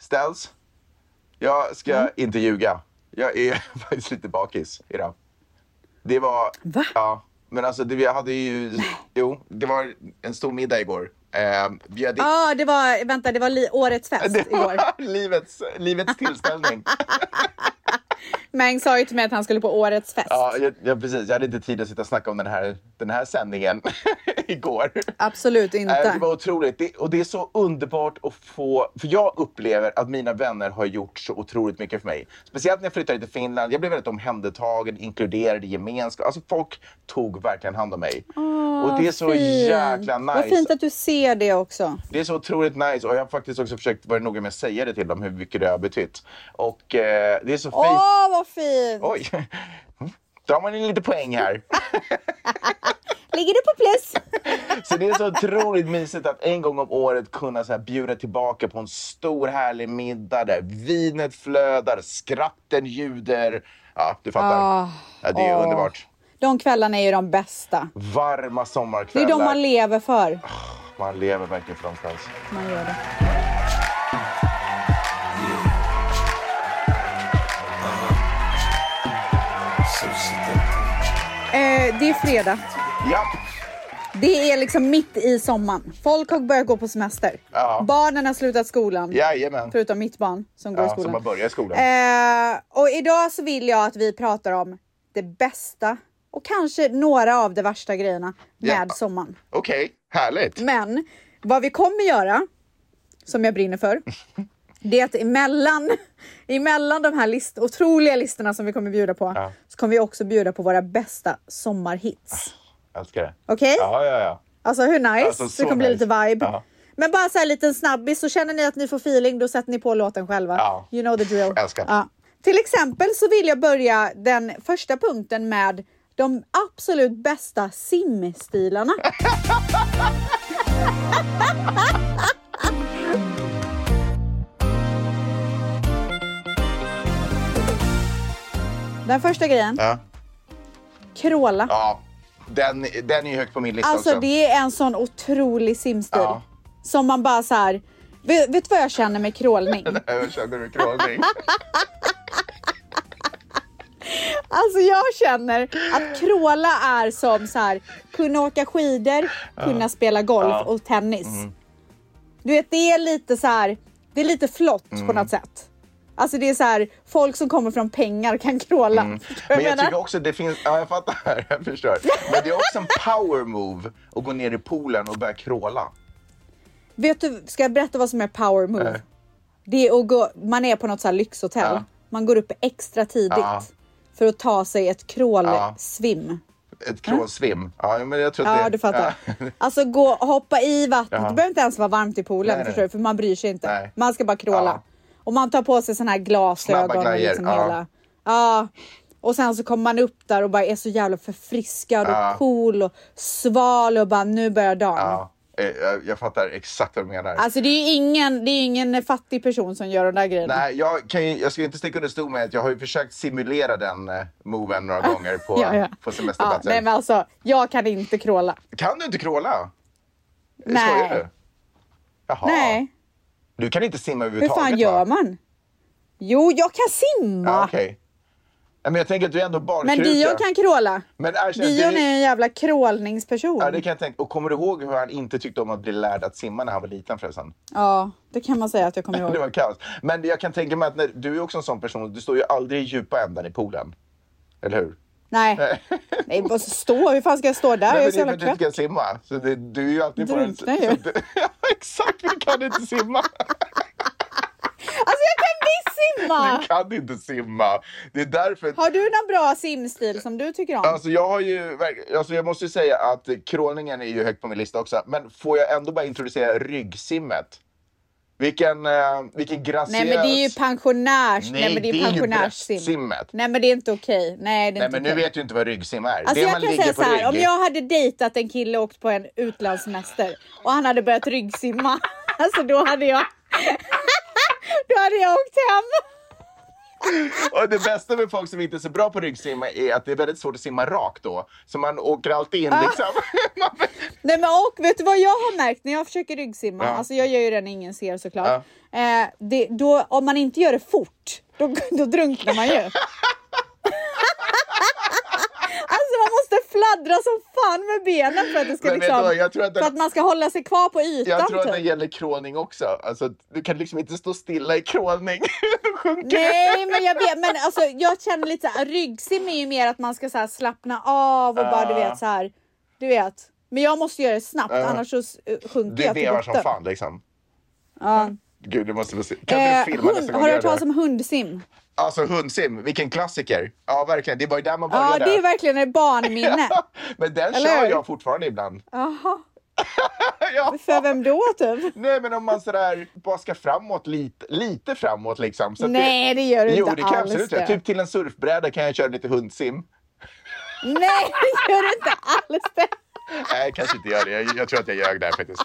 Ställs. Jag ska inte ljuga. Jag är faktiskt lite bakis idag. Det var... Va? Ja, men alltså vi hade ju... Jo, det var en stor middag igår. Det var årets fest igår. livets tillställning. Mäng sa ju till mig att han skulle på årets fest. Ja, precis. Jag hade inte tid att sitta och snacka om den här sändningen igår. Absolut inte. Det var otroligt. Och det är så underbart att få... För jag upplever att mina vänner har gjort så otroligt mycket för mig. Speciellt när jag flyttade till Finland. Jag blev väldigt omhändertagen, inkluderad i gemenskap. Alltså folk tog verkligen hand om mig. Och det är så jäkla nice. Vad fint att du ser det också. Det är så otroligt nice. Och jag har faktiskt också försökt vara noga med att säga det till dem hur mycket det har betytt. Och det är så fint. Vad fint. Oj, drar man in lite poäng här. Ligger du på plus? Så det är så otroligt mysigt att en gång om året kunna så här bjuda tillbaka på en stor härlig middag där vinet flödar, skratten ljuder. Ja, du fattar. Det är underbart. De kvällarna är ju de bästa. Varma sommarkvällar. Det är de man lever för. Man lever verkligen för någonstans. Man gör det. Det är fredag. Ja. Det är liksom mitt i sommaren. Folk har börjat gå på semester. Ja. Barnen har slutat skolan. Jajamän. Förutom mitt barn som går i skolan. Som har börjat skolan. Och idag så vill jag att vi pratar om det bästa och kanske några av de värsta grejerna med sommaren. Okej, härligt. Men vad vi kommer göra, som jag brinner för, det är att emellan de här otroliga listorna som vi kommer bjuda på, så kommer vi också bjuda på våra bästa sommarhits. Jag älskar det. Okej? Ja. Alltså hur nice? Alltså, så det kommer bli lite vibe. Ja. Men bara så här liten snabbis, så känner ni att ni får feeling, då sätter ni på låten själva. Ja. You know the drill. Älskar. Ja. Till exempel så vill jag börja den första punkten med de absolut bästa simstilarna. Den första grejen. Ja. Kråla. Ja, den är ju högt på min lista alltså, också. Det är en sån otrolig simstil. Ja. Som man bara så här... Vet du vad jag känner med krålning? Jag känner med krålning. Alltså jag känner att kråla är som så här, kunna åka skidor, kunna spela golf och tennis. Du vet, det är lite så här, det är lite flott på något sätt. Alltså det är så här, folk som kommer från pengar kan kråla. Men jag tycker också det finns, jag fattar, jag förstår. Men det är också en power move att gå ner i poolen och börja kråla. Vet du, ska jag berätta vad som är power move? Det är att gå, man är på något så här lyxhotell. Man går upp extra tidigt för att ta sig ett krålsvim. Ett krålsvim. Ja, men jag tror att Ja, du fattar. Alltså hoppa i vattnet. Det behöver inte ens vara varmt i poolen, förstår du? För man bryr sig inte. Nej. Man ska bara kråla. Och man tar på sig såna här glasögon och liksom hela. Ja. Och sen så kommer man upp där och bara är så jävla förfriskad och cool och sval och bara nu börjar dagen. Ja. Jag fattar exakt vad du menar. Alltså det är ingen fattig person som gör de där grejerna. Nej, jag ska inte sticka under stol med att jag har ju försökt simulera den moven några gånger på semesterplatser. Nej, men alltså, jag kan inte kråla. Kan du inte kråla? Nej. Skojar du? Jaha. Nej. Du kan inte simma överhuvudtaget. Hur fan gör man? Jo, jag kan simma. Ja, okej. Men jag tänker att du är ändå barnkruka. Men Dion kan kråla. Men Dion är en jävla krålningsperson. Ja, det kan jag tänka. Och kommer du ihåg hur han inte tyckte om att bli lärd att simma när han var liten förresten? Ja, det kan man säga att jag kommer ihåg. Det var kaos. Men jag kan tänka mig att du är också en sån person. Du står ju aldrig i djupa änden i poolen. Eller hur? Nej. Nej, bara stå. Hur fan ska jag stå där? Nej, jag är men så det är jävla för att du trött. ska simma. Så du är ju alltid på den... Drunknar ju. Ja, exakt. Du kan inte simma. Alltså jag kan visst simma! Du kan inte simma. Det är därför... Har du någon bra simstil som du tycker om? Alltså jag måste ju säga att krålningen är ju högt på min lista också. Men får jag ändå bara introducera ryggsimmet? Vilken graciös... Nej men det är ju pensionärs. Nej men det är pensionärssim. Simmet. Nej men det är inte okej. Nej det är Nej inte men nu okej. vet du inte vad ryggsim är. Alltså det jag man kan ligger säga på så här, rygg. om jag hade dejtat en kille och åkt på en utlandssemester och han hade börjat ryggsimma, alltså då hade jag åkt hem. Och Och det bästa med folk som inte är så bra på ryggsimma är att det är väldigt svårt att simma rakt då. Så man åker alltid in liksom. Nej, men och vet du vad jag har märkt när jag försöker ryggsimma? Alltså jag gör ju det när ingen ser såklart. Då, om man inte gör det fort, då drunknar man ju. Alltså man måste fladdra som fan med benen för att det ska för att man ska hålla sig kvar på ytan. Jag tror att det gäller crawling också. Alltså du kan liksom inte stå stilla i crawling. Nej, men jag vet, men alltså jag känner lite så här, ryggsim är ju mer att man ska så här slappna av och bara du vet så här, du vet. Men jag måste göra det snabbt annars så sjunker jag till botten. Det vevar som fan liksom. Ja. Gud, det måste se. Kan du filma nästa gång? Har du hört talas om hundsim? Alltså hundsim, vilken klassiker. Ja, verkligen. Det var ju där man började. Ja, det är verkligen ett barnminne. Men den kör jag fortfarande ibland. Jaha. För vem då typ? Nej, men om man sådär bara ska framåt lite framåt liksom. Så nej, det gör du inte alls. Jo, det kan absolut det. Typ till en surfbräda kan jag köra lite hundsim. Nej, det gör du inte alls det. Nej, kanske inte gör det. Jag tror att jag ljög där faktiskt.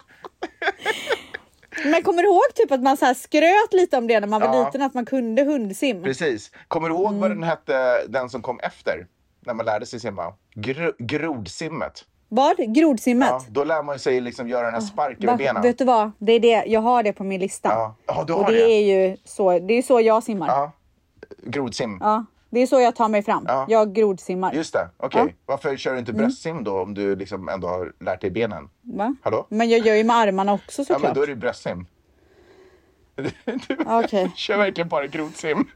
Men kommer du ihåg typ att man så här skröt lite om det när man var liten, att man kunde hundsim? Precis. Kommer du ihåg vad den hette, den som kom efter? När man lärde sig simma? Grodsimmet. Vad? Grodsimmet? Ja, då lär man sig liksom göra den här sparken med benen. Vet du vad? Det är det, jag har det på min lista. Ja, du har och det är ju så, det är så jag simmar. Ja, grodsim. Ja, det är så jag tar mig fram. Ja. Jag grodsimmar. Just det, okej. Ja. Varför kör du inte bröstsim då om du liksom ändå har lärt dig benen? Va? Hallå? Men jag gör ju med armarna också såklart. Ja, men då är det bröstsim. Du kör verkligen bara grodsim.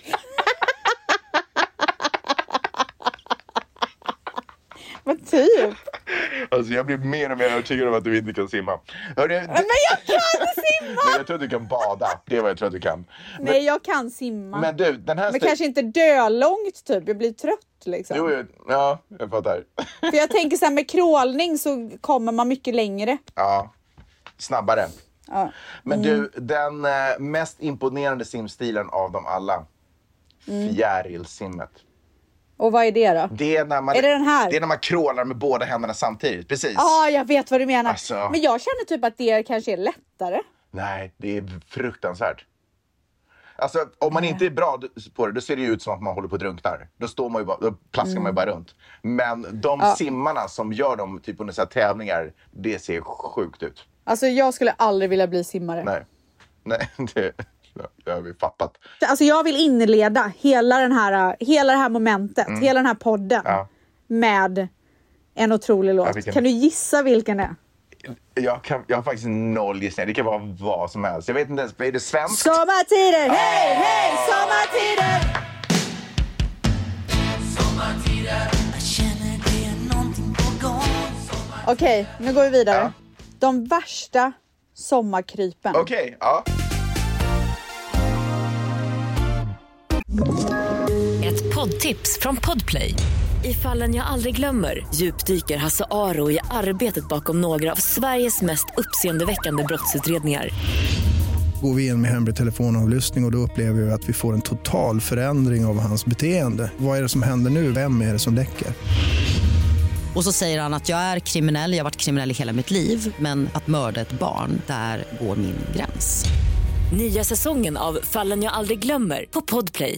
Vad typ? Alltså jag blir mer och mer övertygad om att du inte kan simma. Hörru, men jag kan simma! Nej, jag tror att du kan bada. Det är vad jag tror att du kan. Nej, jag kan simma. Men du, den här... Men kanske inte dölångt typ. Jag blir trött liksom. Jo, ja, jag fattar. För jag tänker så här, med crawling så kommer man mycket längre. Ja, snabbare. Ja. Men du, den mest imponerande simstilen av dem alla. Fjärilsimmet. Och vad är det då? Det är när man, är det den här? Det är när man crawlar med båda händerna samtidigt, precis. Ja, jag vet vad du menar. Alltså... Men jag känner typ att det kanske är lättare. Nej, det är fruktansvärt. Alltså, om man inte är bra på det, då ser det ju ut som att man håller på att drunkna. Då står man ju bara, då plaskar man ju bara runt. Men de simmarna som gör dem typ under så här tävlingar, det ser sjukt ut. Alltså, jag skulle aldrig vilja bli simmare. Nej, det har vi fattat. Alltså jag vill inleda hela det här momentet, hela den här podden med en otrolig låt. Ja, kan du gissa vilken det är? Jag har faktiskt noll gissning. Det kan vara vad som helst. Jag vet inte ens, är det svenskt? Sommartider, hej, hej, sommartider! Sommartider, jag känner det är någonting på gång. Okej, nu går vi vidare. De värsta sommarkrypen. Okej, ja. Ett poddtips från Podplay. I Fallen jag aldrig glömmer djupdyker Hasse Aro i arbetet bakom några av Sveriges mest uppseendeväckande brottsutredningar. Går vi in med hemlig telefonavlyssning och då upplever vi att vi får en total förändring av hans beteende. Vad är det som händer nu? Vem är det som läcker? Och så säger han att jag är kriminell, jag har varit kriminell i hela mitt liv. Men att mörda ett barn, där går min gräns. Nya säsongen av Fallen jag aldrig glömmer på Podplay.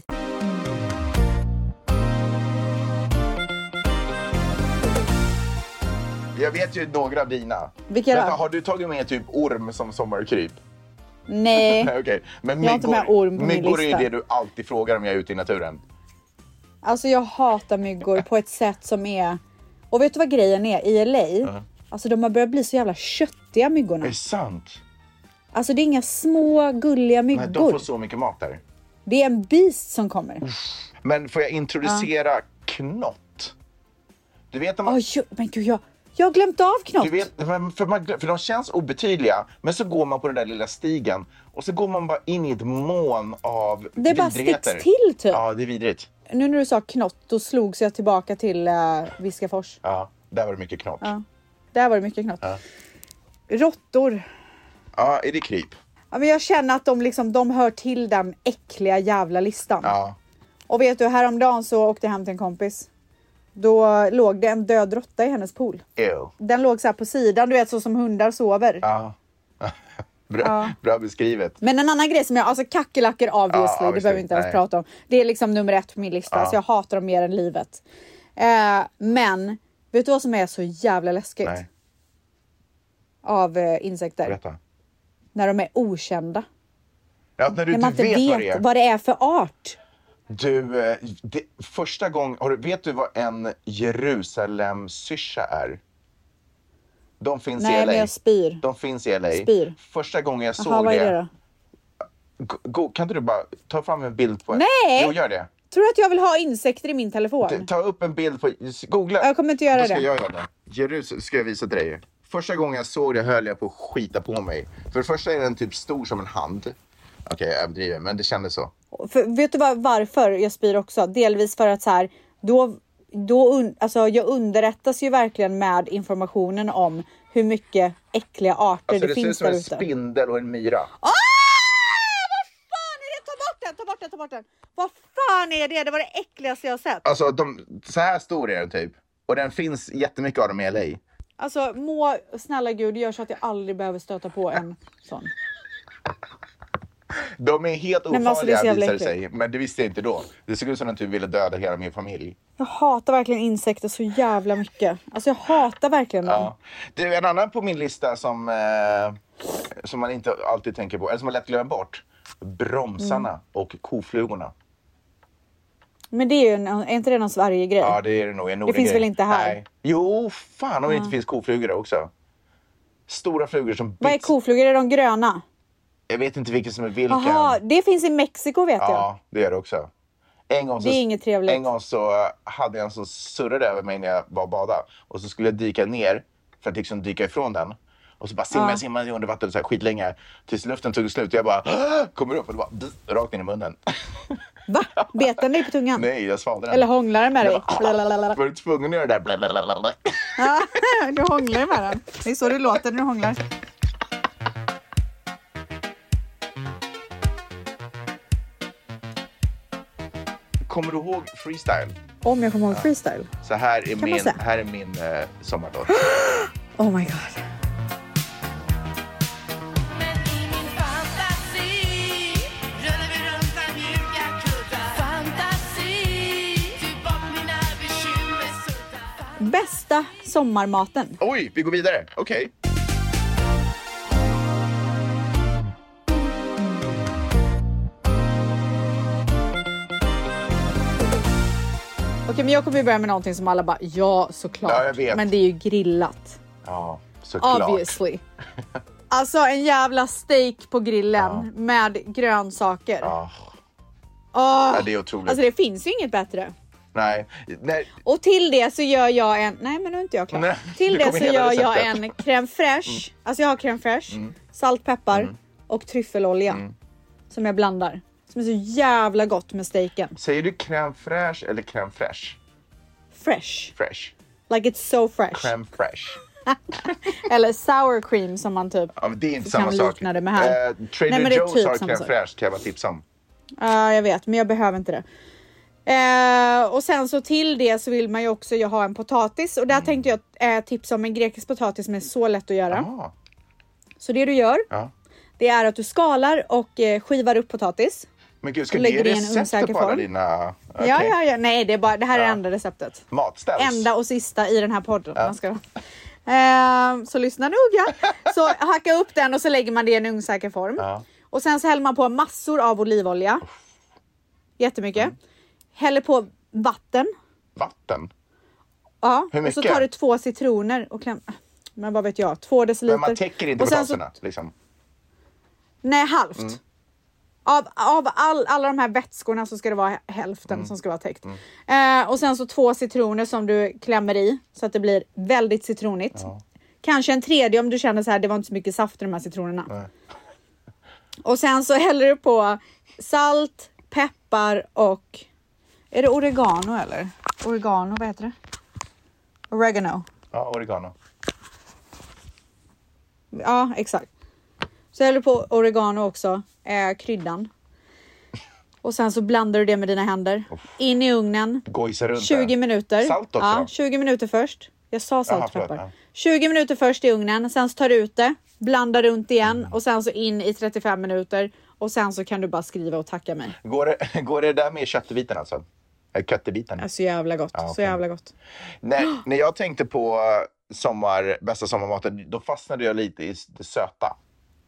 Jag vet ju några av dina. Vilka då? Har du tagit med typ orm som sommarkryp? Nej, okay. Men jag har inte med orm på min lista. Myggor är ju det du alltid frågar om jag är ute i naturen. Alltså jag hatar myggor på ett sätt som är... Och vet du vad grejen är? I LA, alltså de har börjat bli så jävla köttiga myggorna. Är det sant? Alltså det är inga små gulliga myggor. Men de får så mycket mat där. Det är en beast som kommer. Men får jag introducera knott? Du vet när man... Men gud, jag har glömt av knott. Du vet, för de känns obetydliga. Men så går man på den där lilla stigen. Och så går man bara in i ett moln av det bara vidrigheter. sticks till typ. Ja, det är vidrigt. Nu när du sa knott, då slogs jag tillbaka till Viskafors. Ja, där var det mycket knott. Ja, där var det mycket knott. Ja. Råttor. Ja, är det kryp? Ja, men jag känner att de hör till den äckliga jävla listan. Ja. Och vet du, häromdagen så åkte jag hem till en kompis. Då låg det en död råtta i hennes pool. Ew. Den låg så här på sidan, du vet, så som hundar sover. Ja. Bra beskrivet. Men en annan grej som jag, alltså kackerlackor obviously, det behöver vi inte ens prata om. Det är liksom nummer 1 på min lista, så jag hatar dem mer än livet. Men, vet du vad som är så jävla läskigt? Nej. Av insekter? Berätta. När de är okända. Ja, när du När man inte vet vad det är för art. Du, första gången, vet du vad en Jerusalem-syrsa är? De finns i LA. Men jag spyr. De finns i LA. Spyr. Första gången jag såg vad är det. det då? Kan inte du bara ta fram en bild på en? Nej! Jo, gör det. Tror du att jag vill ha insekter i min telefon? Ta upp en bild på... Googla. Jag kommer inte göra Då ska det. jag göra det. Jerusalem ska jag visa till dig. Första gången jag såg det höll jag på att skita på mig. För det första är den typ stor som en hand. Okej, jag överdriver, men det kändes så. För, vet du varför jag spyr också? Delvis för att så här, alltså jag underrättas ju verkligen med informationen om hur mycket äckliga arter Alltså, det finns där ute. Det ser ut som en spindel och en myra. Vad fan är det? Ta bort den. Vad fan är det? Det var det äckligaste jag har sett. Alltså, så här stor är den typ. Och den finns jättemycket av dem i LA. Alltså, snälla gud, gör så att jag aldrig behöver stöta på en sån. De är helt Nej, men alltså, det är så ofarliga jävla visar det äckligt. sig. Men det visste jag inte då. Det såg ut som att du ville döda hela min familj. Jag hatar verkligen insekter så jävla mycket. Alltså jag hatar verkligen dem. Ja. Det är en annan på min lista som man inte alltid tänker på. Eller som man lätt glömmer bort. Bromsarna och koflugorna. Men det är ju är inte det någon Sverige-grej? Ja, det är det nog. Det finns väl inte här? Nej. Jo, fan om det inte finns koflugor också. Stora flugor som Vad är koflugor? Är de gröna? Jag vet inte vilken som är vilken. Jaha, det finns i Mexiko vet jag. Ja, det gör det också. Det är inget trevligt. En gång så hade jag en som surrade över mig när jag var och badade. Och så skulle jag dyka ner för att liksom dyka ifrån den. Och så bara simmade under vattnet så här skitlänge. Tills luften tog slut och jag bara kommer upp och det bara rakt in i munnen. Va? Bet den dig på tungan? Nej, jag svalde den. Eller hånglar den med dig? Var du tvungen att göra det där? Ja, du hånglar med den. Det är så det låter när du hånglar. Kommer du ihåg freestyle? Om jag kommer ihåg freestyle? Så här är Kan man säga? här är min sommarlåt. Oh my god. Men i min fantasi rullar vi runt en mjuka kuddar. Fantasi, typ bort mina bekymmer suddar. Bästa sommarmaten? Oj, vi går vidare. Okej. Okej, men jag kommer börja med någonting som alla bara, ja såklart. Ja, jag vet. Men det är ju grillat. Ja, såklart. Obviously. Alltså en jävla steak på grillen med grönsaker. Ja. Åh, Det är otroligt. alltså det finns ju inget bättre. Nej. Och till det så gör jag en... Nej, men nu är inte jag klar. Nej, Till nu det kommer så hela gör jag receptet. en crème fraîche. Alltså jag har crème fraîche, salt, peppar och tryffelolja. Som jag blandar. Som är så jävla gott med steaken. Säger du crème fraîche eller crème fraîche? Fresh. Fresh. Like it's so fresh. Crème fraîche. Eller sour cream som man typ... Ja, men det är inte kan samma sak. likna det med här. Trader Nej, men det är Joe's typ har samma crème sak. fraîche, kan jag bara tipsa om. Ja, jag vet, men jag behöver inte det. Och sen så till det så vill man ju också ha en potatis. Och där tänkte jag tipsa om en grekisk potatis som är så lätt att göra. Ah. Så det du gör, det är att du skalar och skivar upp potatis. Men gud, ska Och du lägger ge det i en receptet osäker på alla form. dina... Okay. Ja. Nej, det här är det enda receptet. Matställs. Enda och sista i den här podden. Så lyssna noga. Så hacka upp den och så lägger man det i en ugnssäker form. Ja. Och sen så häller man på massor av olivolja. Jättemycket. Häller på vatten. Vatten? Ja. Hur och så mycket? tar du 2 citroner och men vad vet jag, 2 deciliter. Men man täcker inte och sen potatisarna, liksom. Nej, halvt. Av alla de här vätskorna så ska det vara hälften som ska vara täckt. Och sen så 2 citroner som du klämmer i så att det blir väldigt citronigt. Ja. Kanske en tredje om du känner så här, det var inte så mycket saft i de här citronerna. Nej. Och sen så häller du på salt, peppar och... Är det oregano eller? Oregano, vad heter det? Oregano. Ja, oregano. Ja, exakt. Så häller du på oregano också, kryddan. Och sen så blandar du det med dina händer. In i ugnen. Gojsa runt 20 det. minuter. Salt också? Ja, 20 minuter först. Jag sa salt Jaha, och peppar. förlåt, ja. 20 minuter först i ugnen. Sen så tar du ut det. blanda runt igen och sen så in i 35 minuter och sen så kan du bara skriva och tacka mig. Går det där med köttbiten alltså? Köttbiten? Så jävla gott, Ja, så jävla gott. När jag tänkte på bästa sommarmaten, då fastnade jag lite i det söta.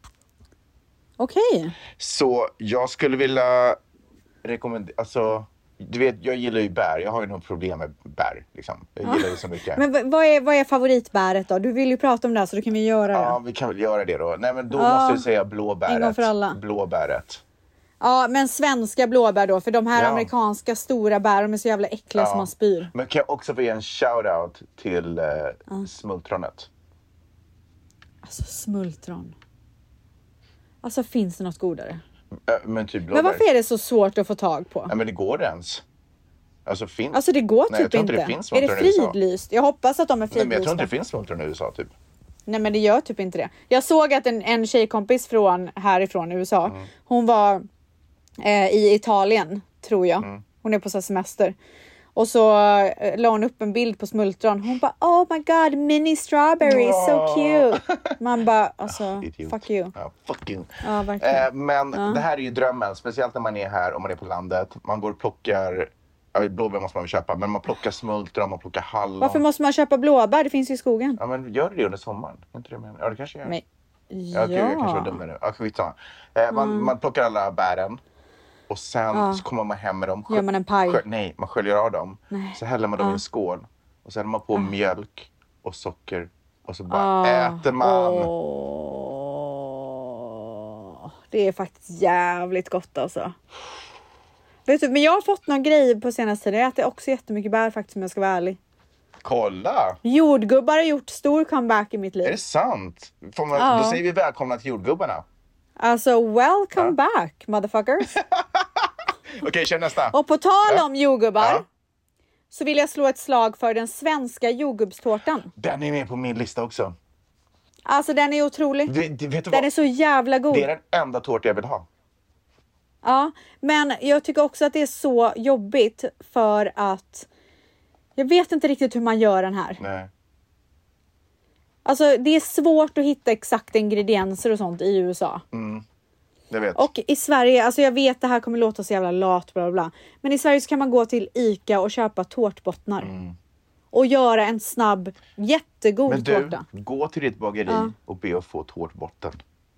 Okej. Så jag skulle vilja rekommendera, alltså du vet, jag gillar ju bär. Jag har ju något problem med bär liksom. Jag gillar det så mycket. Men vad är favoritbäret då? Du vill ju prata om det här så då kan vi göra det. Ja, vi kan väl göra det då. Nej, men då måste jag säga blåbäret. En gång för alla. Blåbäret. Ja, men svenska blåbär då. För de här amerikanska stora bär, de är så jävla äckliga som man spyr. Men kan jag också få ge en shout-out till smultronet? Alltså smultron. Alltså finns det något godare? Men typ blåbär. Men varför är det så svårt att få tag på? Nej, men det går ens. Alltså det går Nej, jag typ tror inte. Det finns är det smultron i USA. fridlyst? Jag hoppas att de är Nej, men jag tror fridlysta. inte det finns smultron i USA typ. Nej, men det gör typ inte det. Jag såg att en tjejkompis härifrån USA, hon var i Italien, tror jag. Hon är på så här semester. Och så la hon upp en bild på smultron. Hon bara, oh my god, mini strawberry, so cute. Man bara, alltså, fuck you. Ja, fuck you. Ja, verkligen. Men det här är ju drömmen, speciellt när man är här och man är på landet. Man går och plockar, blåbär måste man väl köpa, men man plockar smultron, man plockar hallon. Varför måste man köpa blåbär? Det finns ju i skogen. Ja, men gör det under sommaren. Inte det, men ja, det kanske gör. Men, Ja, okej, jag kanske var dum där nu. Ja, skitsamma. Man plockar alla bären. Och sen så kommer man hem med dem. Gör man en paj? Nej, man sköljer av dem. Nej. Så häller man dem i en skål. Och sen häller man på mjölk och socker. Och så bara äter man. Det är faktiskt jävligt gott alltså. Vet du, men jag har fått någon grej på senaste tiden. Jag äter också jättemycket bär faktiskt, om jag ska vara ärlig. Kolla! Jordgubbar har gjort stor comeback i mitt liv. Är det sant? Då säger vi välkomna till jordgubbarna. Alltså, welcome back, motherfuckers. Okej, kör nästa. Och på tal om jordgubbar så vill jag slå ett slag för den svenska jordgubbstårtan. Den är med på min lista också. Alltså, den är otrolig. Vet du Den vad? är så jävla god. Det är den enda tårta jag vill ha. Ja, men jag tycker också att det är så jobbigt för att jag vet inte riktigt hur man gör den här. Nej. Alltså, det är svårt att hitta exakta ingredienser och sånt i USA. Jag vet. Och i Sverige, alltså jag vet det här kommer låta så jävla lat, bla bla bla. Men i Sverige så kan man gå till ICA och köpa tårtbottnar. Och göra en snabb, jättegod Men du, tårta. gå till ditt bageri och be att få tårtbotten.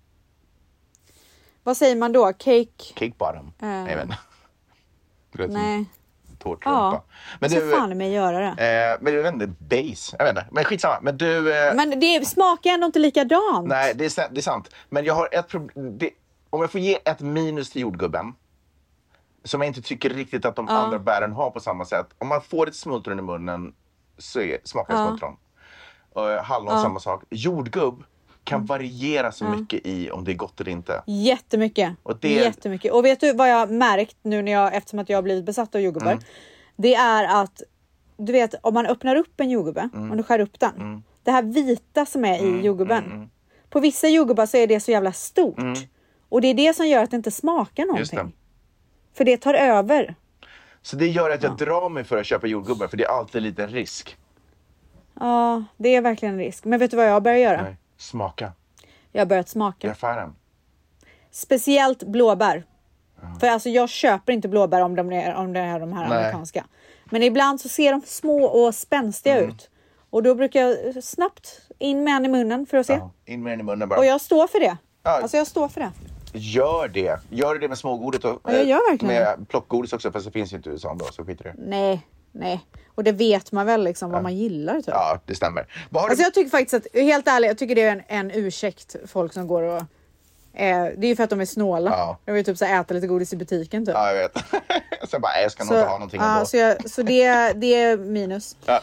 Vad säger man då? Cake? Cake bottom. Nej, jag vet inte. Du vet, Nej. tårtrumpa. Ja, Men så du, fan är mig göra det. men jag vet inte, base. Jag vet inte, men skitsamma. Men du... Men det smakar ändå inte likadant. Nej, det är sant. Men jag har ett problem. Om jag får ge ett minus till jordgubben. Som jag inte tycker riktigt att de andra bären har på samma sätt. Om man får ett smultron i munnen så smakar smultron. Hallon samma sak. Jordgubb kan variera så mycket i om det är gott eller inte. Jättemycket. Jättemycket. Och vet du vad jag har märkt nu eftersom att jag har blivit besatt av jordgubbar? Det är att, du vet, om man öppnar upp en jordgubbe, om du skär upp den. Det här vita som är i jordgubben. På vissa jordgubbar så är det så jävla stort. Och det är det som gör att det inte smakar någonting. Just det. För det tar över. Så det gör att jag drar mig för att köpa jordgubbar. För det är alltid lite risk. Ja, det är verkligen en risk. Men vet du vad jag börjar göra? Nej. Smaka. Jag har börjat I smaka. affären. Speciellt blåbär. För alltså jag köper inte blåbär om det är de här amerikanska. Men ibland så ser de små och spänstiga ut. Och då brukar jag snabbt in med en i munnen för att se. Ja, in med den i munnen bara. Och jag står för det. Ja. Alltså jag står för det. Gör det. Gör det med smågodis och Ja, jag gör verkligen med plockgodis också. Fast det finns ju inte i USA då, så skiter det. Nej. Och det vet man väl liksom vad man gillar typ. Ja, det stämmer. Vad har Alltså du... jag tycker faktiskt att, helt ärligt, jag tycker det är en ursäkt folk som går och... det är ju för att de är snåla. Ja. De vill typ så äta lite godis i butiken typ. Ja, jag vet. Så jag bara, jag ska nog inte ha någonting ändå. Så det är minus. Ja.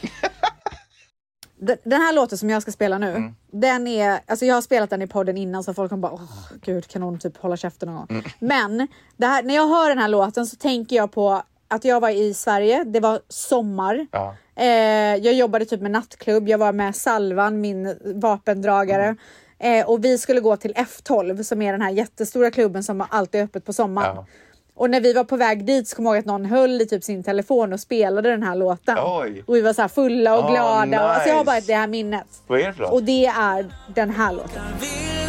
Den här låten som jag ska spela nu, den är, alltså jag har spelat den i podden innan så folk kommer bara, gud, kan hon typ hålla käften någon gång. Men det här, när jag hör den här låten så tänker jag på att jag var i Sverige, det var sommar. Ja. Jag jobbade typ med nattklubb, jag var med Salvan, min vapendragare. Och vi skulle gå till F12 som är den här jättestora klubben som alltid är öppet på sommaren. Ja. Och när vi var på väg dit så kom jag ihåg att någon höll i typ sin telefon och spelade den här låten. Oj. Och vi var så här fulla och glada. Nice. Och, alltså jag har bara det här minnet. Vad är det för låt? Och det är den här låten. Vill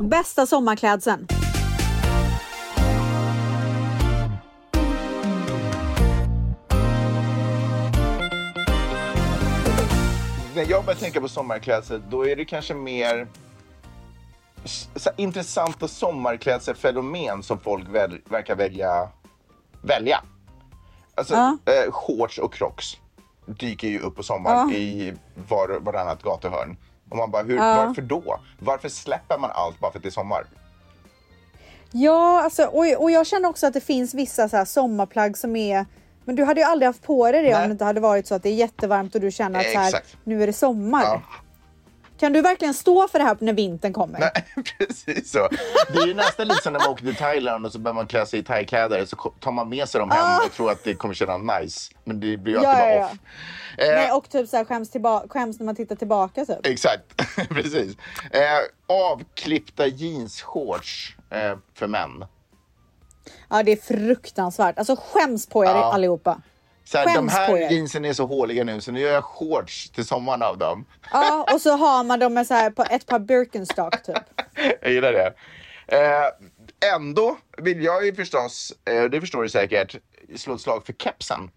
Bästa sommarklädseln? När jag börjar tänka på sommarklädsel, då är det kanske mer så intressanta sommarklädselfenomen som folk verkar välja. Alltså, shorts och crocs dyker ju upp på sommaren i varannat gatuhörn. Och man bara, varför då? Varför släpper man allt bara för att det är sommar? Ja, alltså, och jag känner också att det finns vissa så här sommarplagg som är... Men du hade ju aldrig haft på dig det om det inte hade varit så att det är jättevarmt och du känner att så här, nu är det sommar. Ja. Kan du verkligen stå för det här när vintern kommer? Nej, precis så. Det är ju nästan lite som när man åker till Thailand och så börjar man klä sig i thai-kläder så tar man med sig dem hem och tror att det kommer känna nice. Men det blir ju alltid bara off. Nej, och typ så här skäms när man tittar tillbaka typ. Exakt, precis. Avklippta jeansshorts för män. Ja, det är fruktansvärt. Alltså skäms på er allihopa. Så här, de här jeansen är så håliga nu så nu gör jag shorts till sommaren av dem. Ja, och så har man dem med så här på ett par Birkenstock typ. Jag gillar det. Ändå vill jag ju förstås, det förstår du säkert, slå ett slag för kepsen.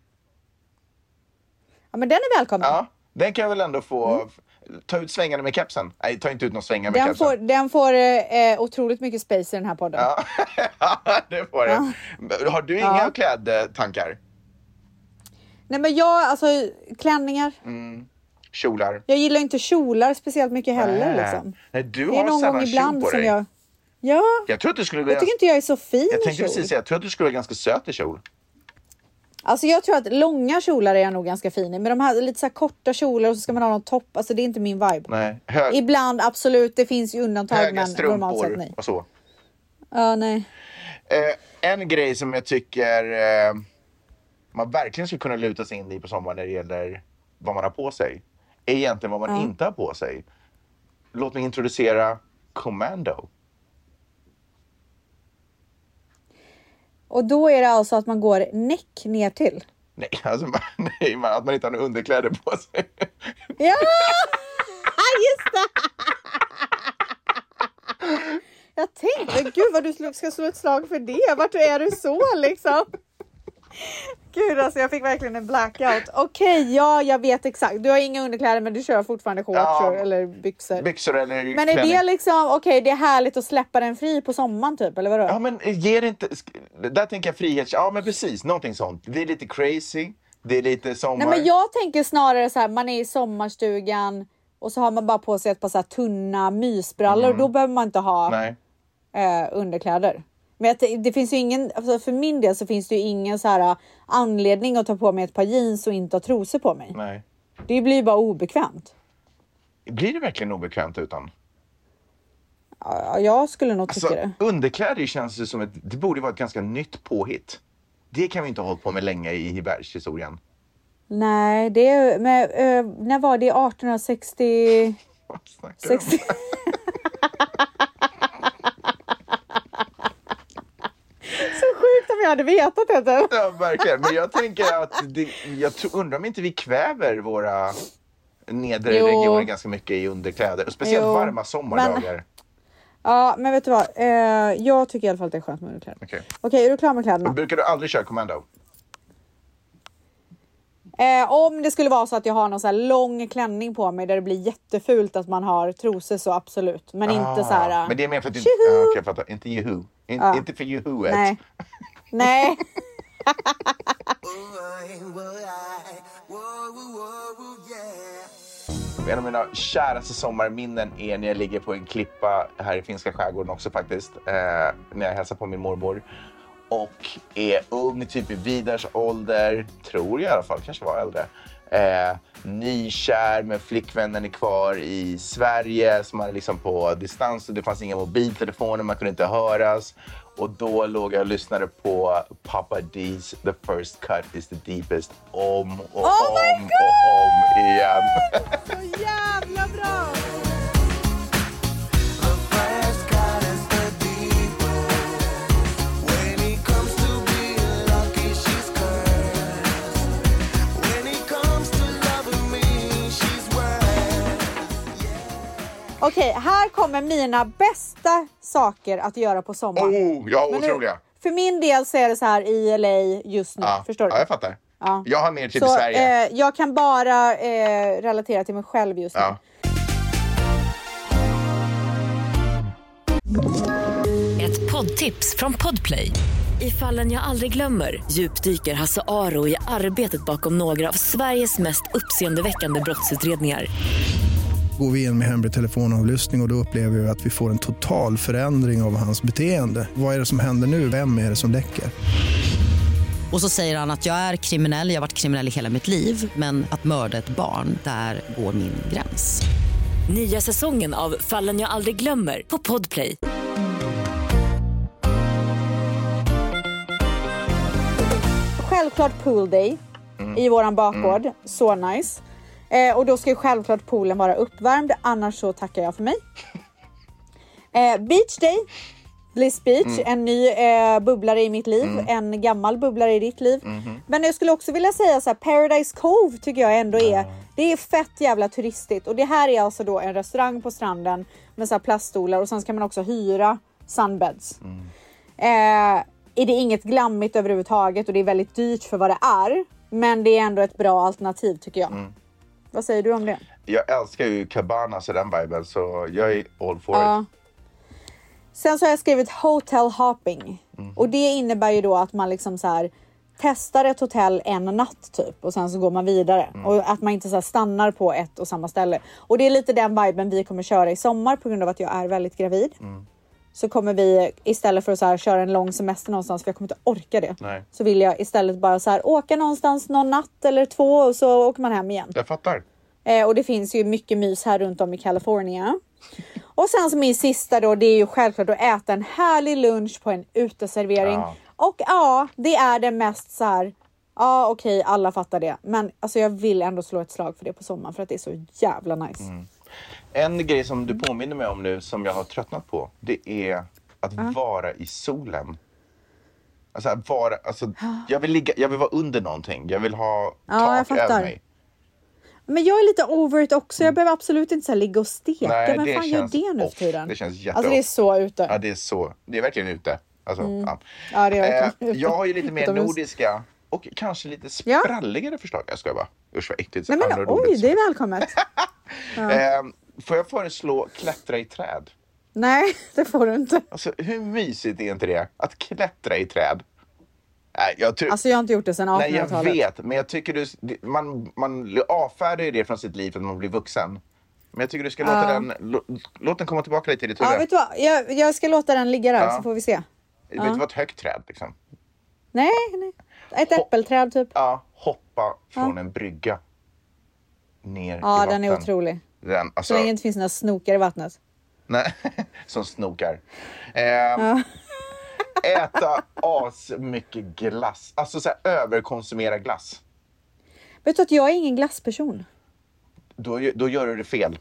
Ja, men den är välkommen. Ja, den kan jag väl ändå få ta ut svängarna med kepsen. Nej, ta inte ut någon svängar med kepsen. Den får otroligt mycket space i den här podden. Ja, det får det. Har du inga klädtankar? Nej, men alltså klänningar. Kjolar. Jag gillar inte kjolar speciellt mycket heller. Liksom. Nej, du har sällan kjol på dig. Jag tror att du skulle tycker inte jag är så fin. Jag tänkte precis säga, jag tror att du skulle vara ganska söt i kjol. Alltså jag tror att långa kjolar är jag nog ganska fin i. Men de här lite så här korta kjolar och så ska man ha någon topp. Alltså det är inte min vibe. Nej. Ibland absolut, det finns ju undantag. Höga men normalt sett nej. Och så. Ja, nej. En grej som jag tycker man verkligen skulle kunna luta sig in i på sommaren när det gäller vad man har på sig. Är egentligen vad man inte har på sig. Låt mig introducera Commando. Och då är det alltså att man går näck ner till. Nej, alltså att man inte har några underkläder på sig. Ja, just det. Jag tänkte, gud vad du ska slå ett slag för det. Vart är du så liksom? Gud, alltså jag fick verkligen en blackout. Okej, jag vet exakt. Du har inga underkläder men du kör fortfarande shorts eller byxor. Byxor eller men är det liksom, det är härligt att släppa den fri på sommaren typ, eller vadå? Ja, men ger inte... Där tänker jag frihet. Ja, men precis. Någonting sånt. Det är lite crazy. Det är lite sommar. Nej, men jag tänker snarare så här, man är i sommarstugan och så har man bara på sig ett par så här tunna mysbrallor. Och då behöver man inte ha underkläder. Men det finns ju ingen, alltså för min del så finns det ju ingen så här anledning att ta på mig ett par jeans och inte ha trosor på mig. Nej. Det blir ju bara obekvämt. Blir det verkligen obekvämt utan? Ja, jag skulle nog tycka det. Underkläder känns det som det borde vara ett ganska nytt påhitt. Det kan vi inte ha hållit på med länge i världshistorien. Nej, det är när var det? 1860? Vad snackar du om? 60. Så sjukt om jag hade vetat det. Ja, verkligen. Men jag tänker att undrar om inte vi kväver våra nedre regioner ganska mycket i underkläder. Och speciellt varma sommardagar. Men vet du vad? Jag tycker i alla fall att det är skönt med underkläder. Okej, är du klar med kläderna? Brukar du aldrig köra Commando? Om det skulle vara så att jag har någon så här lång klänning på mig där det blir jättefult att man har trosor, så absolut. Men inte så här... Men det är mer för att du... jag fattar. Inte juhu. Inte för juhuet. Nej. Nej. En av mina käraste sommarminnen är när jag ligger på en klippa här i finska skärgården också faktiskt. När jag hälsar på min mormor. Och är ung, typ i Vidars ålder. Tror jag i alla fall, kanske var äldre. Nykär, men flickvännen är kvar i Sverige. Som är liksom på distans och det fanns inga mobiltelefoner, man kunde inte höras. Och då låg jag och lyssnade på Papa D's The First Cut is the Deepest om och om igen. Så jävla bra! Okej, här kommer mina bästa saker att göra på sommaren. Ja, Men nu, otroliga. för min del så är det så här i LA just nu. Ja, Förstår du? Ja, jag fattar. Ja. Jag har mer tid i Så Sverige. jag kan bara relatera till mig själv just nu. Ja. Ett poddtips från Podplay. I Fallen jag aldrig glömmer djupdyker Hasse Aro i arbetet bakom några av Sveriges mest uppseendeväckande brottsutredningar. Går vi in med hemlig telefonavlyssning och då upplever vi att vi får en total förändring av hans beteende. Vad är det som händer nu? Vem är det som läcker? Och så säger han att jag är kriminell, jag har varit kriminell i hela mitt liv. Men att mörda ett barn, där går min gräns. Nya säsongen av Fallen jag aldrig glömmer på Podplay. Självklart pool day i våran bakgård. Så nice. Och då ska ju självklart poolen vara uppvärmd. Annars så tackar jag för mig. Beach day. Bliss Beach. En ny bubblare i mitt liv. En gammal bubblare i ditt liv. Men jag skulle också vilja säga så här, Paradise Cove tycker jag ändå är. Det är fett jävla turistigt. Och det här är alltså då en restaurang på stranden med så här plaststolar. Och sen ska man också hyra sunbeds. Är det inget glammigt överhuvudtaget och det är väldigt dyrt för vad det är. Men det är ändå ett bra alternativ tycker jag. Vad säger du om det? Jag älskar ju Cabanas och den viben, så jag är all for it. Sen så har jag skrivit hotel hopping. Och det innebär ju då att man liksom så här testar ett hotell en natt typ. Och sen så går man vidare. Och att man inte så här stannar på ett och samma ställe. Och det är lite den viben vi kommer köra i sommar på grund av att jag är väldigt gravid. Så kommer vi istället för att så här köra en lång semester någonstans, för jag kommer inte orka det. Nej. Så vill jag istället bara så här åka någonstans någon natt eller 2 och så åker man hem igen. Jag fattar. Och det finns ju mycket mys här runt om i California. Och sen som min sista då, det är ju självklart att äta en härlig lunch på en uteservering. Ja. Och ja, det är det mest så här. Ja, okej, alla fattar det. Men alltså jag vill ändå slå ett slag för det på sommaren, för att det är så jävla nice. En grej som du påminner mig om nu som jag har tröttnat på, det är att vara i solen. Alltså att vara, jag vill vara under någonting. Jag vill ha tak över mig. Men jag är lite over it också. Jag behöver absolut inte så här ligga och steka. Nej, Men det fan gör det nu off. för tiden? Det känns jätte Alltså det är så ute. Ja, det är verkligen ute. Alltså, Ja, det är verkligen ute. Jag har ju lite mer Utomhus. nordiska och kanske lite spralligare förslag. Jag ska bara. Usch vad äckligt. Nej men oj, det är välkommet. Får jag föreslå klättra i träd? Nej, det får du inte. Alltså hur mysigt är inte det? Att klättra i träd. Nej, jag tror... Alltså jag har inte gjort det sedan 1800-talet. Nej, jag vet. Men jag tycker man avfärdar ju det från sitt liv för att man blir vuxen. Men jag tycker du ska låt den komma tillbaka lite i ditt huvud. Ja, vet du vad? Jag ska låta den ligga där så får vi se. Vet du vad ett högt träd liksom? Nej. Ett äppelträd typ. Ja, hoppa från en brygga ner i Ja, vatten. den är otrolig. Alltså, Så länge det inte finns några snokar i vattnet. Nej, som snokar. Äta mycket glass. Alltså så här, överkonsumera glass. Vet du att jag är ingen glassperson? Då gör du det fel.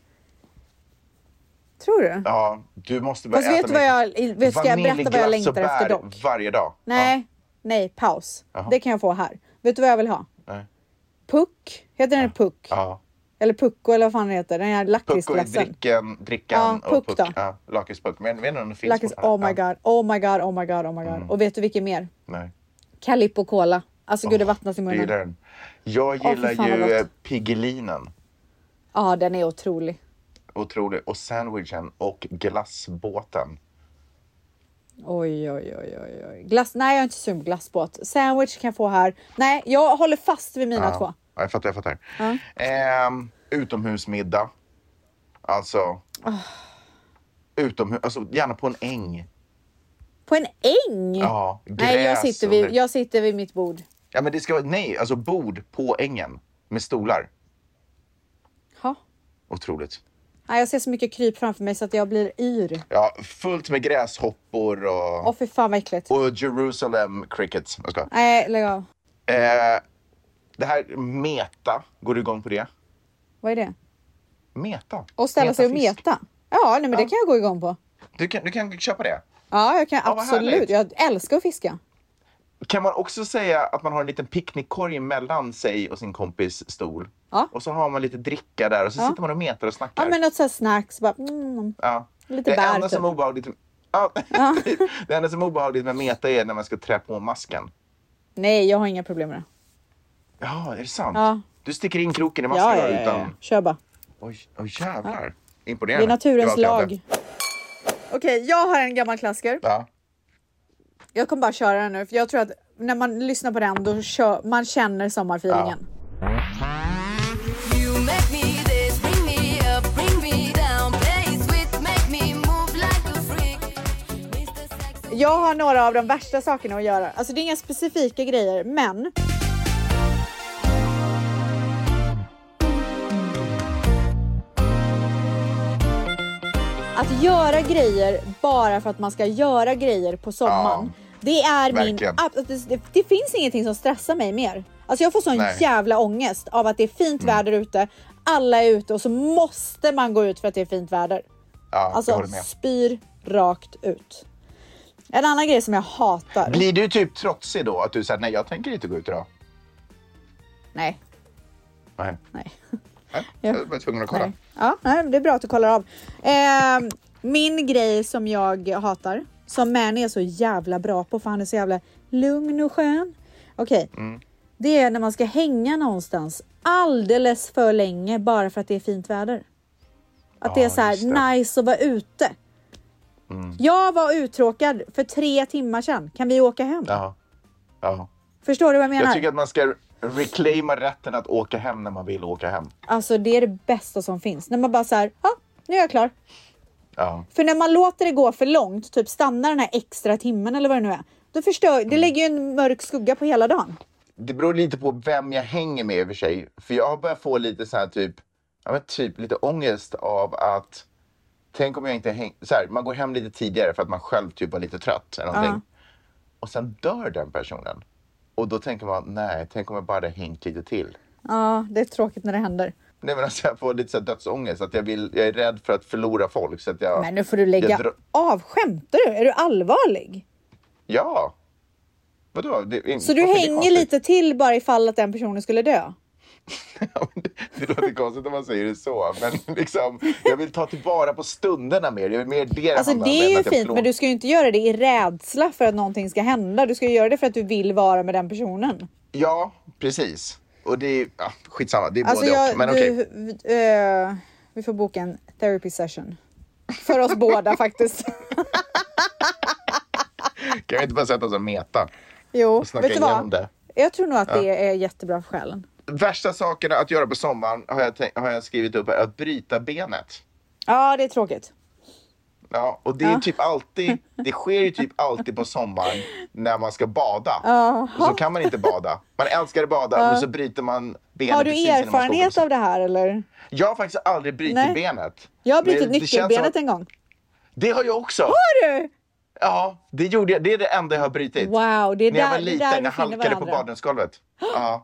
Tror du? Ja, du måste börja Fast äta vet du vad jag ska jag berätta vad jag längtar efter dock? Varje dag. Nej, paus. Jaha. Det kan jag få här. Vet du vad jag vill ha? Nej. Puck. Heter den Puck? Ja. Eller Pucko eller vad fan det heter. Den här Puck och lakritsglassen. drickan Ja, och Puck då. Ja, lakritspuck. Men jag vet inte om det finns. Lakrits, oh my god. Och vet du vilken mer? Nej. Calippo Cola. Alltså gud, det vattnas i Jag gillar munnen. den. Jag gillar fy fan, vad ju gott. Piggelinen. Ja, den är otrolig. Otrolig. Och sandwichen och glassbåten. Oj. Glass, nej, jag är inte sugen på glassbåt. Sandwich kan jag få här. Nej, jag håller fast vid mina två. Ja, jag fattar. Utomhusmiddag. Alltså. Alltså gärna på en äng. På en äng? Ja, nej, jag sitter vid mitt bord. Ja, men det ska vara, alltså bord på ängen. Med stolar. Ha. Otroligt. Nej, jag ser så mycket kryp framför mig så att jag blir yr. Ja, fullt med gräshoppor och... Åh, fy fan vad äckligt. Och Jerusalem crickets. Jag ska. Nej, lägg av. Det här meta, går du igång på det? Vad är det? Meta. Och ställa sig och Metafisk. meta. Ja, nej men det kan jag gå igång på. Du kan köpa det. Ja, jag kan Ja, vad absolut. härligt. Jag älskar att fiska. Kan man också säga att man har en liten picknickkorg mellan sig och sin kompis stol? Ja. Och så har man lite dricka där och så sitter man och metar och snackar. Ja, men något så här snacks. Bara, lite det bär enda typ. som är obehagligt... Det enda som är obehagligt med meta är när man ska trä på masken. Nej, jag har inga problem med det. Ja, är det sant? Ja. Du sticker in kroken i masken Ja. utan... Kör bara. Oj, jävlar. Det Imponerande. är naturens Det var allt jag lag. Okej, jag har en gammal klassiker. hade. Ja. Jag kommer bara köra den nu. För jag tror att när man lyssnar på den då man känner sommarfeelingen. You make me this, bring me up, bring me down. Play sweet, make me move like a freak. Mr. Sexy. Jag har några av de värsta sakerna att göra. Alltså det är inga specifika grejer, men... Att göra grejer bara för att man ska göra grejer på sommaren. Det är verkligen. Det finns ingenting som stressar mig mer. Alltså jag får sån jävla ångest av att det är fint väder ute. Alla är ute och så måste man gå ut för att det är fint väder. Ja, jag Alltså håller med. spyr rakt ut. En annan grej som jag hatar. Blir du typ trotsig då? Att du säger nej, jag tänker inte gå ut idag. Nej. Nej. Nej. Jag var tvungen att kolla. Nej. Ja, nej, det är bra att du kollar av. Min grej som jag hatar, som Manny är så jävla bra på, för han är så jävla lugn och skön. Okej. Det är när man ska hänga någonstans alldeles för länge bara för att det är fint väder. Att det är så här nice att vara ute. Jag var uttråkad för 3 timmar sedan. Kan vi åka hem? Ja. Förstår du vad jag menar? Jag tycker att man ska reclaima rätten att åka hem när man vill åka hem. Alltså det är det bästa som finns. När man bara så här, nu är jag klar. Ja. För när man låter det gå för långt, typ stannar den här extra timmen eller vad det nu är. Då det lägger ju en mörk skugga på hela dagen. Det beror lite på vem jag hänger med i och för sig. För jag har börjat få lite så här typ lite ångest av att tänk om jag inte man går hem lite tidigare för att man själv typ var lite trött eller någonting. Och sen dör den personen. Och då tänker man, nej, tänk om jag bara hade hängt lite till. Ja, det är tråkigt när det händer. Nej, men alltså jag får lite så här dödsångest. Att jag är rädd för att förlora folk. Så att Men nu får du lägga av. Skämtar du? Är du allvarlig? Ja. Vadå? Så du hänger lite till bara ifall att den personen skulle dö? Ja, det låter konstigt om man säger det så. Men liksom, jag vill ta tillvara på stunderna mer. Jag vill mer det. Alltså det är ju fint, men du ska ju inte göra det i rädsla för att någonting ska hända. Du ska ju göra det för att du vill vara med den personen. Ja, precis. Och det är skitsamma. Det är alltså både och. Men okej. Vi får boka en therapy session. För oss båda faktiskt. Kan vi inte bara sätta oss och meta? Jo, och snacka vet du vad? igenom det? Jag tror nog att det är jättebra för själen. Värsta sakerna att göra på sommaren har jag skrivit upp här. Att bryta benet. Ja, det är tråkigt. Ja, och det är typ alltid, det sker ju typ alltid på sommaren när man ska bada. Och så kan man inte bada. Man älskar att bada, men så bryter man benet. Har du erfarenhet av det här eller? Jag har faktiskt aldrig brutit benet. Jag har brutit Men det nyckelbenet som... en gång. Det har jag också. Har du? Ja, det gjorde jag. Det är det enda jag har brutit. Wow, det är när jag var där, liten, där jag halkade på badrumsgolvet. Ja.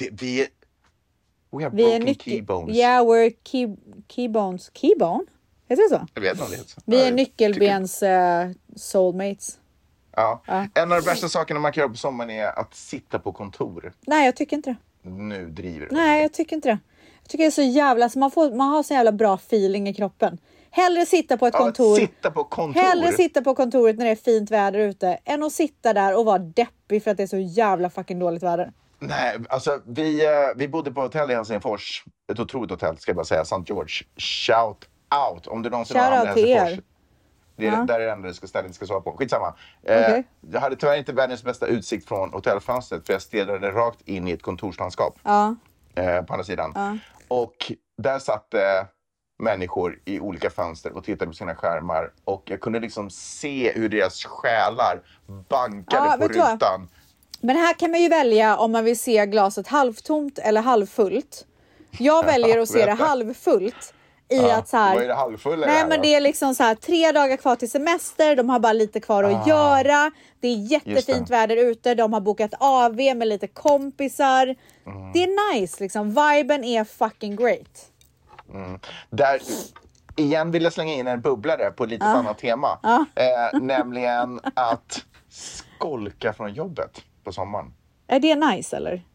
We have broken keybones. Yeah, we're keybones. Keybone? Heter det så? Jag vet inte om det heter så. Vi är nyckelbens soulmates. Ja. En av de värsta sakerna man kan göra på sommaren är att sitta på kontor. Nej, jag tycker inte det. Nu driver du. Nej, jag tycker inte det. Jag tycker det är så jävla... Så man har så jävla bra feeling i kroppen. Hellre sitta på ett kontor. Sitta på kontor. Hellre sitta på kontoret när det är fint väder ute. Än att sitta där och vara deppig för att det är så jävla fucking dåligt väder. Nej, alltså vi bodde på hotell i Helsingfors. Ett otroligt hotell ska jag bara säga. St. George. Shout out. Om du någonsin har hamnat i Helsingfors. Det är där är det enda stället ska svara på. Skitsamma. Okay. Jag hade tyvärr inte världens bästa utsikt från hotellfönstret. För jag stirrade rakt in i ett kontorslandskap. På andra sidan. Och där satt människor i olika fönster och tittade på sina skärmar. Och jag kunde liksom se hur deras själar bankade på rutan. Men här kan man ju välja om man vill se glaset halvtomt eller halvfullt. Jag väljer att se det halvfullt. I att så här, vad är det halvfulla? Nej, men det är liksom så här 3 dagar kvar till semester. De har bara lite kvar att göra. Det är jättefint väder ute. De har bokat AV med lite kompisar. Det är nice liksom. Viben är fucking great. Där igen vill jag slänga in en bubblare på lite annat tema. Nämligen att skolka från jobbet på sommaren. Är det nice eller?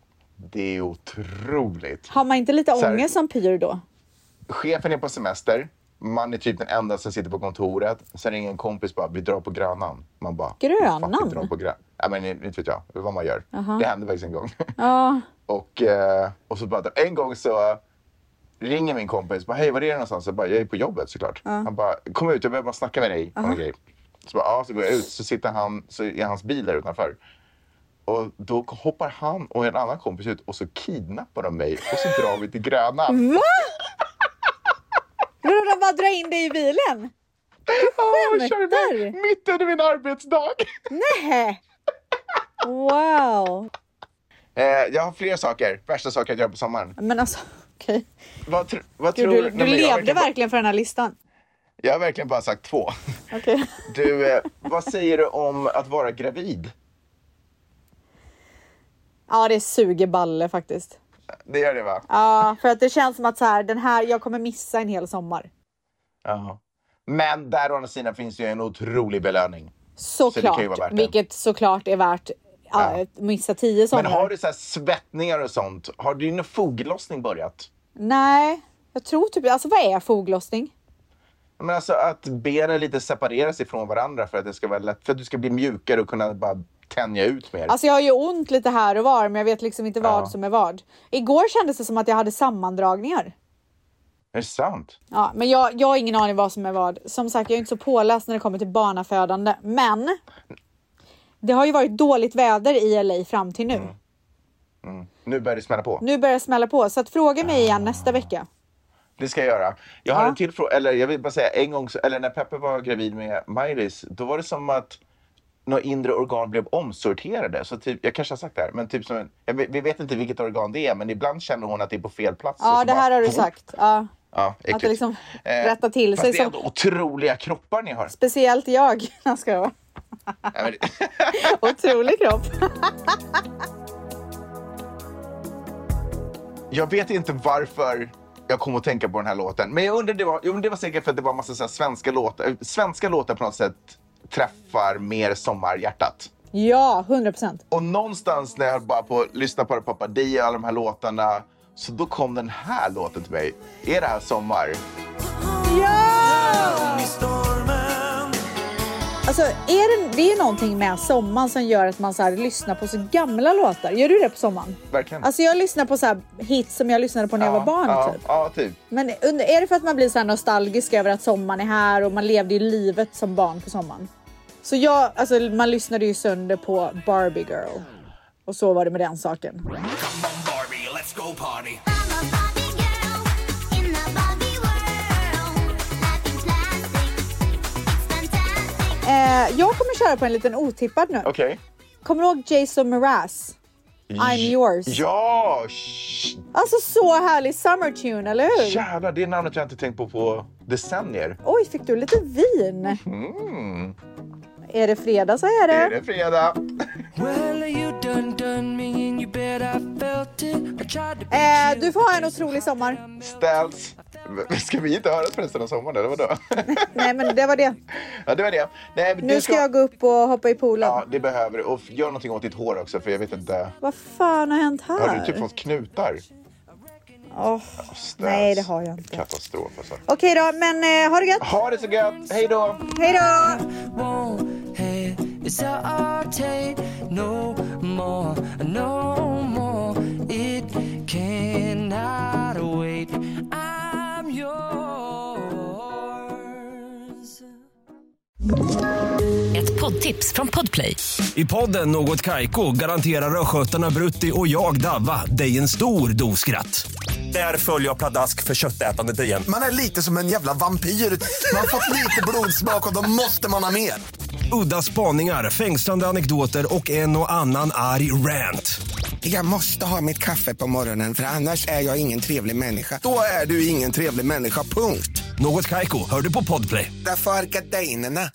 Det är otroligt. Har man inte lite Så här- ångest som pyr då? Chefen är på semester. Man är typ den enda som sitter på kontoret. Sen ringer en kompis bara, vi drar på Grönan. Man bara, Grönan? fuck, vi drar på Grönan. Ja, men inte vet jag vad man gör. Det hände faktiskt en gång. Ja. och så bara, en gång så ringer min kompis. Bara, hej, var är du någonstans? Jag bara, jag är på jobbet såklart. Han bara, kom ut, jag behöver bara snacka med dig. Om en grej. Så bara, ja, så går jag ut. Så sitter han, så är hans bil där utanför. Och då hoppar han och en annan kompis ut och så kidnappar de mig. Och så drar vi till Grönan. Va? De bara drar in dig i bilen? Jag kör iväg mitt under min arbetsdag. Nej. Wow. Jag har fler saker. Värsta saker att göra på sommaren. Men alltså, okej. Vad Gud, tror du Nej, men jag levde verkligen för den här listan. Jag har verkligen bara sagt 2. Okej. Du, vad säger du om att vara gravid? Ja, det suger balle faktiskt. Det gör det, va? Ja, för att det känns som att så här, jag kommer missa en hel sommar. Ja. Men där å andra sidan finns ju en otrolig belöning. Så det Såklart, kan ju vara värt det. vilket såklart är värt att missa 10 somrar. Men har du så här svettningar och sånt? Har din foglossning börjat? Nej, jag tror typ, alltså vad är foglossning? Men alltså att benen lite separeras ifrån varandra för att det ska vara lätt, för att du ska bli mjukare och kunna bara tänja ut mer. Alltså jag har ju ont lite här och var, men jag vet liksom inte vad som är vad. Igår kändes det som att jag hade sammandragningar. Är det sant? Ja, men jag har ingen aning vad som är vad. Som sagt, jag är inte så påläst när det kommer till barnafödande. Men det har ju varit dåligt väder i LA fram till nu. Nu börjar det smälla på. Nu börjar det smälla på. Så att fråga mig igen nästa vecka. Det ska jag göra. Jag har en till fråga, eller jag vill bara säga en gång, eller när Peppe var gravid med Maj-Lis, då var det som att några inre organ blev omsorterade. Så typ, jag kanske har sagt det här, men typ som vi vet inte vilket organ det är, men ibland känner hon att det är på fel plats. Ja, det här har du sagt. Ja. Ja, Att det liksom rättar till sig. Fast det är ändå otroliga kroppar ni har. Speciellt jag. Jag ska vara. Otrolig kropp. Jag vet inte varför jag kom att tänka på den här låten. Men jag undrar, det var säkert för att det var en massa så här svenska låtar på något sätt träffar mer sommarhjärtat. Ja, 100%. Och någonstans när jag bara lyssna på Papa Dia och alla de här låtarna, så då kom den här låten till mig. Är det här sommar? Ja! Alltså, det är någonting med sommaren som gör att man så här lyssnar på så gamla låtar. Gör du det på sommaren? Verkligen. Alltså jag lyssnar på så här hits som jag lyssnade på när jag var barn typ. Ja, typ. Men är det för att man blir så här nostalgisk över att sommaren är här och man levde i livet som barn på sommaren? Så man lyssnade ju sönder på Barbie Girl. Och så var det med den saken. Come on Barbie, let's go party. Jag kommer köra på en liten otippad nu. Okej. Kommer du ihåg Jason Mraz? I'm yours. Ja! Alltså så härlig summer tune, eller hur? Jävlar, det är namnet jag inte tänkt på decennier. Oj, fick du lite vin? Är det fredag så är det. Är det fredag? Du får ha en otrolig sommar. Ställs. Ska vi inte höra förresten om sommaren, eller vadå? Nej, men det var det. Ja, det var det. Nej, men Nu ska jag gå upp och hoppa i poolen. Ja, det behöver du. Och gör någonting åt ditt hår också, för jag vet inte. Vad fan har hänt här? Har du typ fått knutar? Nej, det har jag inte. Katastrof alltså. Okej då, men ha det gött. Ha det så gött. Hej då. Hej då. Ett poddtips från Podplay. I podden Något Kaiko garanterar röskötarna Brutti och jag Davva dig en stor dos skratt. Där följer jag pladask för köttätandet igen. Man är lite som en jävla vampyr. Man har fått lite blodsmak och då måste man ha mer. Udda spaningar, fängslande anekdoter och en och annan arg rant. Jag måste ha mitt kaffe på morgonen för annars är jag ingen trevlig människa. Då är du ingen trevlig människa, punkt. Något Kaiko, hör du på Podplay. Därför är gardinerna.